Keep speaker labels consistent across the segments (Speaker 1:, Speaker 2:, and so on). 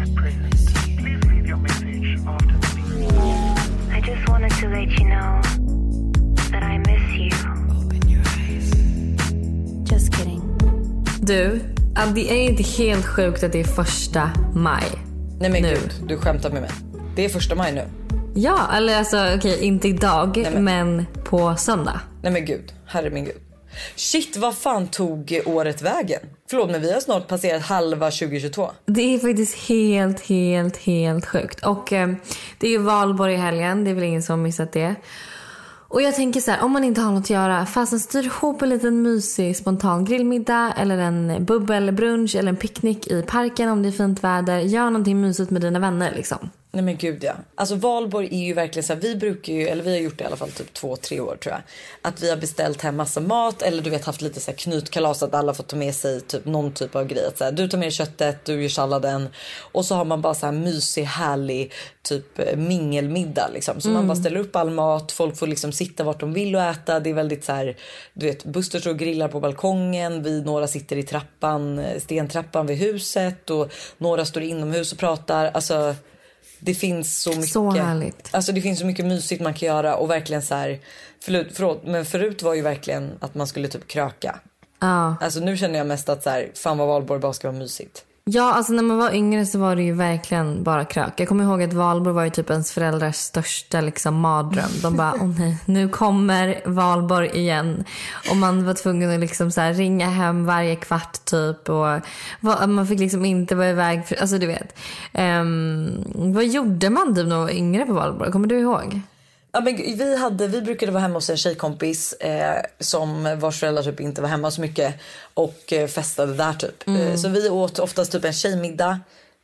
Speaker 1: I just wanted to let you know that I miss you. Open your eyes. Just kidding.
Speaker 2: Du, det är inte helt sjukt att det är 1 maj.
Speaker 3: Nej men
Speaker 2: nu.
Speaker 3: gud, du skämtar med mig. Det är 1 maj nu.
Speaker 2: Ja, eller alltså okej, inte idag.
Speaker 3: Nej,
Speaker 2: men på söndag.
Speaker 3: Nej men gud, herre min gud. Shit, vad fan tog året vägen? Förlåt, men vi har snart passerat halva 2022.
Speaker 2: Det är faktiskt helt sjukt. Och det är ju valborg i helgen. Det är väl ingen som har missat det. Och jag tänker så här, om man inte har något att göra, fast styr ihop en liten mysig spontan grillmiddag eller en bubbelbrunch eller en picknick i parken om det är fint väder. Gör någonting mysigt med dina vänner liksom.
Speaker 3: Nej men gud ja. Alltså valborg är ju verkligen så här, vi brukar ju, eller vi har gjort det i alla fall typ 2-3 år tror jag. Att vi har beställt hem massa mat eller du vet haft lite så här knytkalas att alla får ta med sig typ någon typ av grej. Att så här, du tar med köttet, du gör salladen och så har man bara så här mysig, härlig typ mingelmiddag liksom. Så man bara ställer upp all mat, folk får liksom sitta vart de vill och äta. Det är väldigt så här, du vet, Buster står och grillar på balkongen, vi några sitter i trappan, stentrappan vid huset och några står inomhus och pratar. Alltså det finns så mycket.
Speaker 2: Så härligt.
Speaker 3: Alltså det finns så mycket mysigt man kan göra och verkligen så här, förlåt, men förut var ju verkligen att man skulle typ kröka.
Speaker 2: Ja.
Speaker 3: Alltså nu känner jag mest att så här, fan vad valborg bara ska vara mysigt.
Speaker 2: Ja, alltså när man var yngre så var det ju verkligen bara krök. Jag kommer ihåg att valborg var ju typ ens föräldrars största liksom mardröm. De bara, åh nej, nu kommer valborg igen. Och man var tvungen att liksom så här ringa hem varje kvart typ. Och man fick liksom inte vara iväg. Alltså du vet. Vad gjorde man typ när man var yngre på valborg? Kommer du ihåg?
Speaker 3: Ja, men vi brukade vara hemma hos en tjejkompis som vars föräldrar typ inte var hemma så mycket och festade där typ. Så vi åt oftast typ en tjejmiddag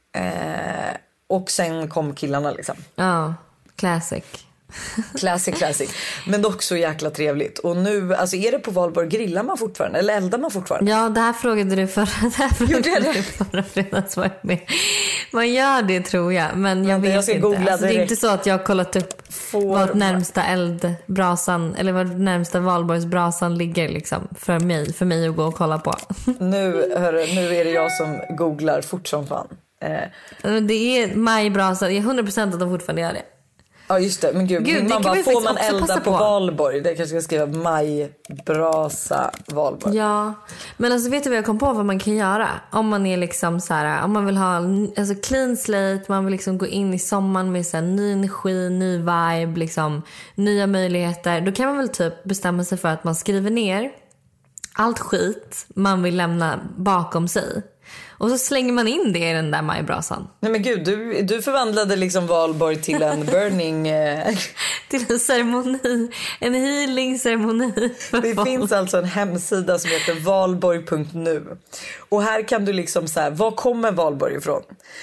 Speaker 3: och sen kom killarna liksom.
Speaker 2: Ja, classic.
Speaker 3: Classic. Men dock så jäkla trevligt. Och nu, alltså är det på valborg, grillar man fortfarande eller eldar man fortfarande?
Speaker 2: Ja, det här frågade du förra fredagsvarvet med. Man gör det tror jag, men jag vet inte. Alltså, det är inte så att jag har kollat upp vart närmsta eldbrasan eller vart närmsta valborgsbrasan ligger liksom för mig att gå och kolla på.
Speaker 3: Nu är det jag som googlar fort som fan.
Speaker 2: Det är majbrasan, jag är 100% att de fortfarande gör det.
Speaker 3: Ja just det, men gud man bara, får man elda på valborg? Det kanske ska skriva majbrasa valborg.
Speaker 2: Ja, men alltså vet du vad jag kom på vad man kan göra? Om man är liksom så här, om man vill ha alltså clean slate, man vill liksom gå in i sommaren med så här, ny energi, ny vibe, liksom nya möjligheter. Då kan man väl typ bestämma sig för att man skriver ner allt skit man vill lämna bakom sig. Och så slänger man in det i den där majbrasan. Nej
Speaker 3: men gud, du förvandlade liksom valborg till en burning...
Speaker 2: till en ceremoni, en healing-ceremoni.
Speaker 3: Det finns alltså en hemsida som heter valborg.nu. Och här kan du liksom så här, var kommer valborg ifrån?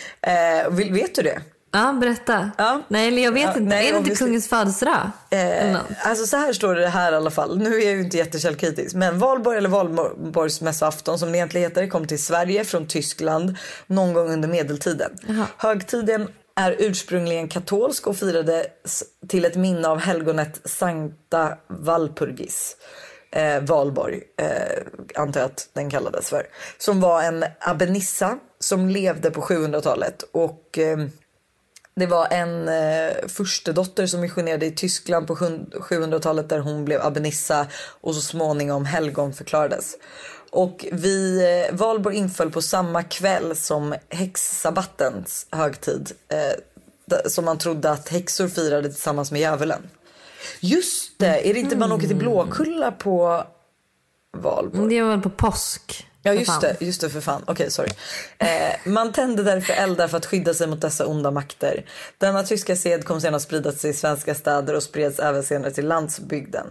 Speaker 3: Vet du det?
Speaker 2: Ja, berätta.
Speaker 3: Ja.
Speaker 2: Nej, eller jag vet inte. Nej, är det inte kungens födelsedag?
Speaker 3: Alltså så här står det här i alla fall. Nu är jag ju inte jättekällkritisk. Men valborg eller valborgsmässoafton som det egentligen heter kom till Sverige från Tyskland någon gång under medeltiden. Jaha. Högtiden är ursprungligen katolsk och firades till ett minne av helgonet Sankta Walpurgis. Valborg antar jag att den kallades för. Som var en abbinissa som levde på 700-talet och... Det var en furstedotter som missionerade i Tyskland på 700-talet där hon blev abbinissa och så småningom helgon förklarades. Och valborg inföll på samma kväll som häxsabbatens högtid som man trodde att häxor firade tillsammans med djävulen. Just det, är det inte man åker till Blåkulla på valborg?
Speaker 2: Det var väl på påsk.
Speaker 3: Ja just det för fan. Okej, sorry. Man tände därför eldar för att skydda sig mot dessa onda makter. Denna tyska sed kom sedan att sprida sig i svenska städer och spreds även senare till landsbygden.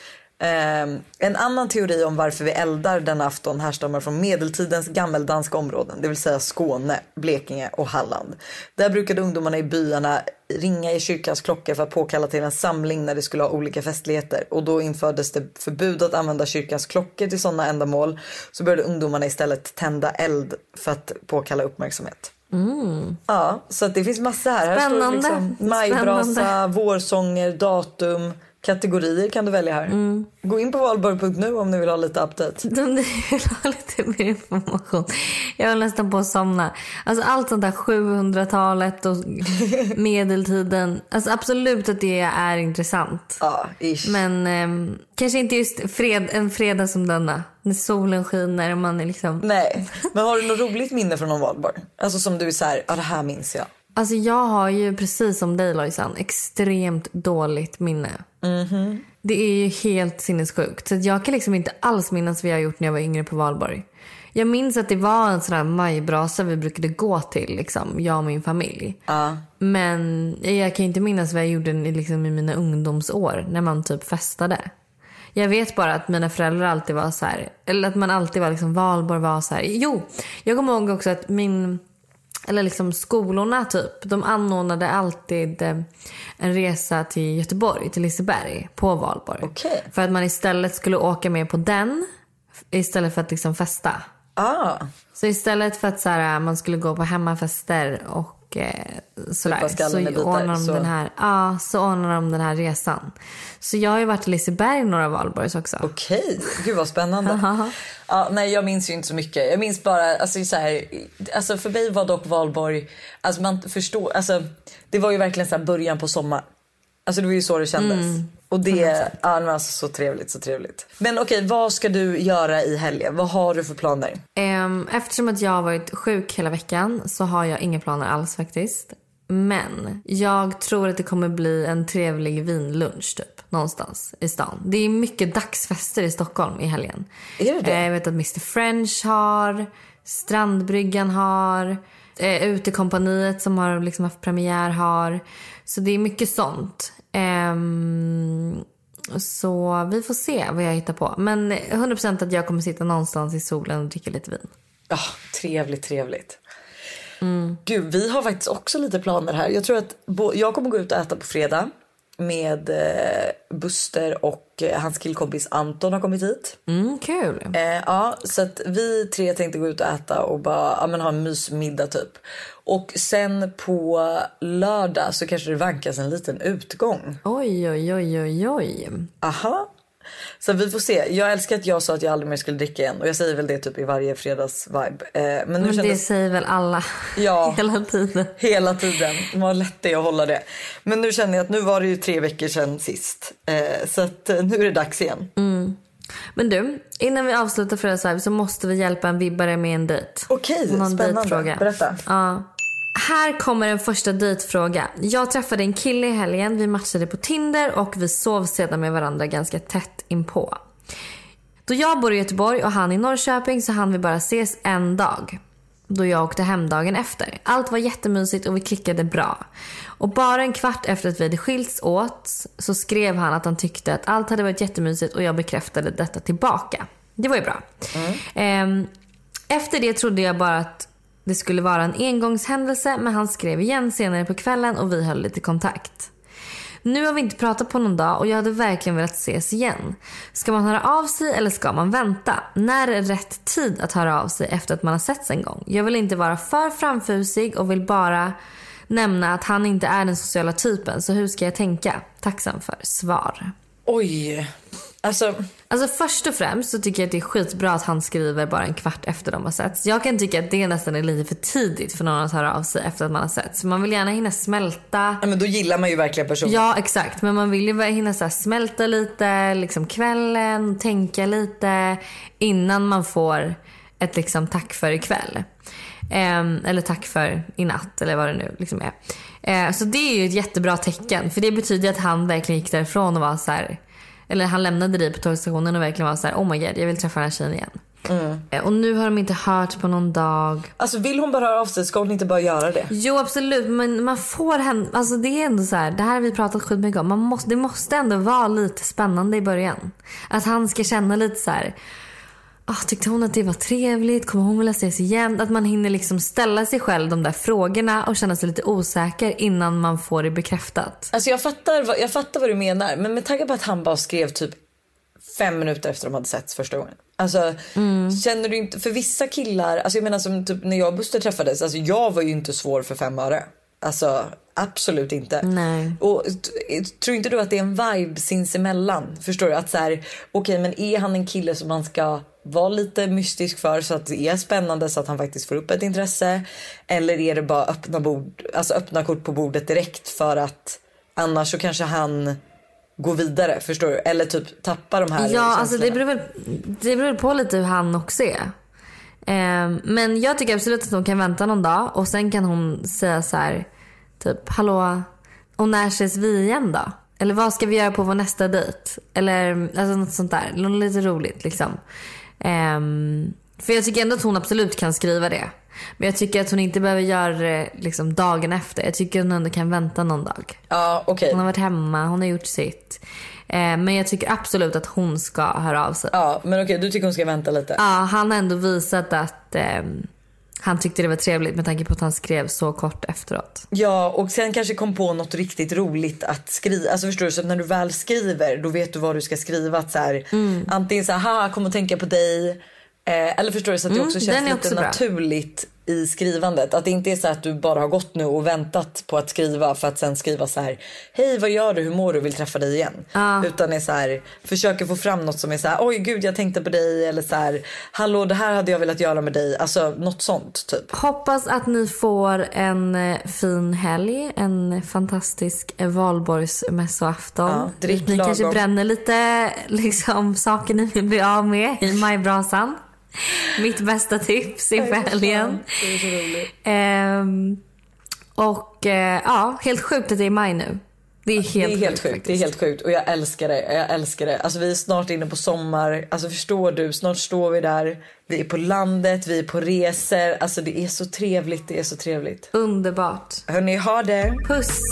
Speaker 3: En annan teori om varför vi eldar denna afton härstammar från medeltidens gammeldanska områden, det vill säga Skåne, Blekinge och Halland. Där brukade ungdomarna i byarna ringa i kyrkans klockor för att påkalla till en samling när det skulle ha olika festligheter. Och då infördes det förbud att använda kyrkans klockor till sådana ändamål. Så började ungdomarna istället tända eld för att påkalla uppmärksamhet. Ja, så att det finns massa här.
Speaker 2: Spännande.
Speaker 3: Här står liksom majbrasa, vårsånger, datum, kategorier kan du välja här. Gå in på valborg.nu om ni vill ha lite update.
Speaker 2: Om ni vill ha lite mer information. Jag var nästan på att somna. Alltså allt sånt där 700-talet och medeltiden. Alltså absolut att det är intressant.
Speaker 3: Ja, ish.
Speaker 2: Men kanske inte just en fredag som denna. När solen skiner och man är liksom...
Speaker 3: Nej, men har du något roligt minne från någon valborg? Alltså som du är så här, ja det här minns jag.
Speaker 2: Alltså jag har ju precis som dig Lojsan extremt dåligt minne. Det är ju helt sinnessjukt. Så jag kan liksom inte alls minnas vad jag gjort när jag var yngre på valborg. Jag minns att det var en sån här majbrasa vi brukade gå till liksom, jag och min familj. Men jag kan inte minnas vad jag gjorde liksom, i mina ungdomsår när man typ festade. Jag vet bara att mina föräldrar alltid var så här, eller att man alltid var liksom, valborg var så här. Jo, jag kommer ihåg också att eller liksom skolorna typ, de anordnade alltid en resa till Göteborg, till Liseberg på valborg.
Speaker 3: Okay.
Speaker 2: För att man istället skulle åka med på den istället för att liksom festa. Så istället för att så här, man skulle gå på hemmafester och sådär, så ordnar de den här resan. Så jag har ju varit i Liseberg några valborgs också.
Speaker 3: Okej, gud vad spännande. Nej, jag minns ju inte så mycket. Jag minns bara, alltså så här, alltså för mig var dock valborg, alltså man förstår, alltså det var ju verkligen så här början på sommar. Alltså det var ju så det kändes. Och det var alltså så trevligt. Men okej, vad ska du göra i helgen? Vad har du för planer?
Speaker 2: Eftersom att jag har varit sjuk hela veckan så har jag inga planer alls faktiskt. Men jag tror att det kommer bli en trevlig vinlunch typ, någonstans i stan. Det är mycket dagsfester i Stockholm i helgen.
Speaker 3: Är det det?
Speaker 2: Jag vet att Mr. French har, Strandbryggan har, Utekompaniet som har liksom haft premiär har. Så det är mycket sånt. Så vi får se vad jag hittar på. Men 100% att jag kommer sitta någonstans i solen och dricka lite vin.
Speaker 3: Trevligt. Gud, vi har faktiskt också lite planer här. Jag tror att jag kommer gå ut och äta på fredag med Buster och hans killkompis Anton har kommit hit.
Speaker 2: Kul.
Speaker 3: Så att vi tre tänkte gå ut och äta och bara ha en mysmiddag typ. Och sen på lördag så kanske det vankas en liten utgång.
Speaker 2: Oj.
Speaker 3: Aha. Så vi får se. Jag älskar att jag sa att jag aldrig mer skulle dricka igen. Och jag säger väl det typ i varje fredags-vibe. Men
Speaker 2: det säger väl alla hela tiden. Man har lätt det att hålla det. Men nu känner jag att nu var det ju 3 veckor sedan sist. Så att nu är det dags igen. Men du, innan vi avslutar fredagsvibe så måste vi hjälpa en vibbare med en dejt.
Speaker 3: Okej, spännande. Berätta.
Speaker 2: Här kommer en första dejtfråga. Jag träffade en kille i helgen. Vi matchade på Tinder och vi sov sedan med varandra ganska tätt inpå. Då jag bor i Göteborg och han i Norrköping så hann vi bara ses en dag. Då jag åkte hem dagen efter. Allt var jättemysigt och vi klickade bra. Och bara en kvart efter att vi hade skilts åt så skrev han att han tyckte att allt hade varit jättemysigt och jag bekräftade detta tillbaka. Det var ju bra. Efter det trodde jag bara att det skulle vara en engångshändelse, men han skrev igen senare på kvällen och vi höll lite kontakt. Nu har vi inte pratat på någon dag och jag hade verkligen velat ses igen. Ska man höra av sig eller ska man vänta? När är rätt tid att höra av sig efter att man har setts en gång? Jag vill inte vara för framfusig och vill bara nämna att han inte är den sociala typen. Så hur ska jag tänka? Tacksam för svar.
Speaker 3: Oj. Alltså
Speaker 2: först och främst så tycker jag att det är skitbra att han skriver bara en kvart efter de har setts. Jag kan tycka att det nästan är lite för tidigt för någon att höra av sig efter att man har setts. Man vill gärna hinna smälta.
Speaker 3: Ja, men då gillar man ju verkligen personen.
Speaker 2: Ja, exakt. Men man vill ju hinna så här smälta lite liksom kvällen, tänka lite innan man får ett liksom tack för ikväll. Eller tack för i natt eller vad det nu liksom är. Så det är ju ett jättebra tecken. För det betyder att han verkligen gick därifrån och var så här, eller han lämnade dig på tågstationen och verkligen var så här: oh my god, jag vill träffa den här tjejen igen. Och nu har de inte hört på någon dag.
Speaker 3: Alltså vill hon bara höra av sig, ska hon inte bara göra det?
Speaker 2: Jo, absolut, men man får henne, alltså det är ändå så här, det här har vi pratat skitmycket om. Det måste ändå vara lite spännande i början. Att han ska känna lite så här: tyckte hon att det var trevligt? Kommer hon vilja ses igen? Att man hinner liksom ställa sig själv de där frågorna och känna sig lite osäker innan man får det bekräftat. Alltså
Speaker 3: jag fattar vad du menar. Men med tanke på att han bara skrev typ 5 minuter efter de hade setts första gången. Alltså känner du inte, för vissa killar, alltså jag menar som typ när jag och Buster träffades, alltså jag var ju inte svår för 5 öre. Alltså Absolut inte.
Speaker 2: Nej.
Speaker 3: Och tror inte du att det är en vibe sinsemellan? Förstår du? Att så här, okej, men är han en kille som man ska vara lite mystisk för så att det är spännande så att han faktiskt får upp ett intresse? Eller är det bara öppna kort på bordet direkt för att annars så kanske han går vidare, förstår du? Eller typ tappar de här känslorna.
Speaker 2: Alltså det beror på lite hur han också är. Men jag tycker absolut att hon kan vänta någon dag och sen kan hon säga så här typ, hallå, och när ses vi igen då? Eller vad ska vi göra på vår nästa dejt? Eller alltså något sånt där, något lite roligt liksom. För jag tycker ändå att hon absolut kan skriva det. Men jag tycker att hon inte behöver göra det liksom dagen efter. Jag tycker att hon ändå kan vänta någon dag.
Speaker 3: Ja, okej.
Speaker 2: Hon har varit hemma, hon har gjort sitt. Men jag tycker absolut att hon ska höra av sig.
Speaker 3: Ja, men okej, du tycker hon ska vänta lite.
Speaker 2: Ja, han har ändå visat att han tyckte det var trevligt med tanke på att han skrev så kort efteråt.
Speaker 3: Ja, och sen kanske kom på något riktigt roligt att skriva. Alltså förstår du, så att när du väl skriver, då vet du vad du ska skriva. Att så här, antingen så här, kom och tänka på dig. Eller förstår du, så att det också känns lite naturligt i skrivandet. Att det inte är så att du bara har gått nu och väntat på att skriva för att sen skriva så här: hej, vad gör du, hur mår du, vill träffa dig igen. Utan är så här, försöker få fram något som är så här: oj gud, jag tänkte på dig. Eller så här: hallå, det här hade jag velat göra med dig. Alltså något sånt typ.
Speaker 2: Hoppas att ni får en fin helg. En fantastisk valborgsmässoafton.
Speaker 3: Drick
Speaker 2: ni
Speaker 3: lagom.
Speaker 2: kanske bränner lite liksom saker ni vill bli av med i majbrasan. Mitt bästa tips inför helgen.
Speaker 3: Det är så roligt.
Speaker 2: Ja, helt sjukt att det är maj nu. Det är helt sjukt.
Speaker 3: Det är helt sjukt och jag älskar det. Alltså vi är snart inne på sommar. Alltså förstår du, snart står vi där. Vi är på landet, vi är på resor. Alltså det är så trevligt,
Speaker 2: Underbart.
Speaker 3: Hörrni, ha det.
Speaker 2: Puss.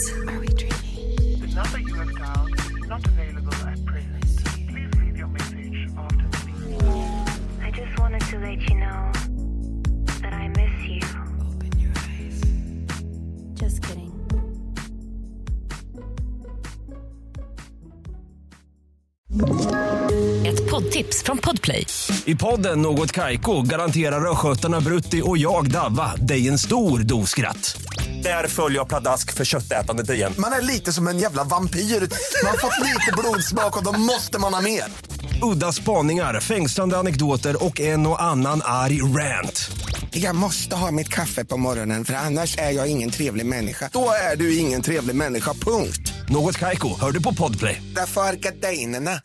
Speaker 1: I just wanted to let you know that I miss you.
Speaker 2: Open your eyes. Just kidding.
Speaker 4: Ett poddtips från Podplay.
Speaker 5: I podden Något Kaiko garanterar röskötarna Brutti och jag Davva dig en stor doskratt. Där följer jag pladask för köttätandet igen.
Speaker 6: Man är lite som en jävla vampyr. Man har fått lite blodsmak och då måste man ha mer.
Speaker 5: Udda spaningar, fängslande anekdoter och en och annan arg rant.
Speaker 6: Jag måste ha mitt kaffe på morgonen för annars är jag ingen trevlig människa. Då är du ingen trevlig människa, punkt.
Speaker 5: Något Kaiko, hör du på Podplay.
Speaker 6: Därför är gardinerna.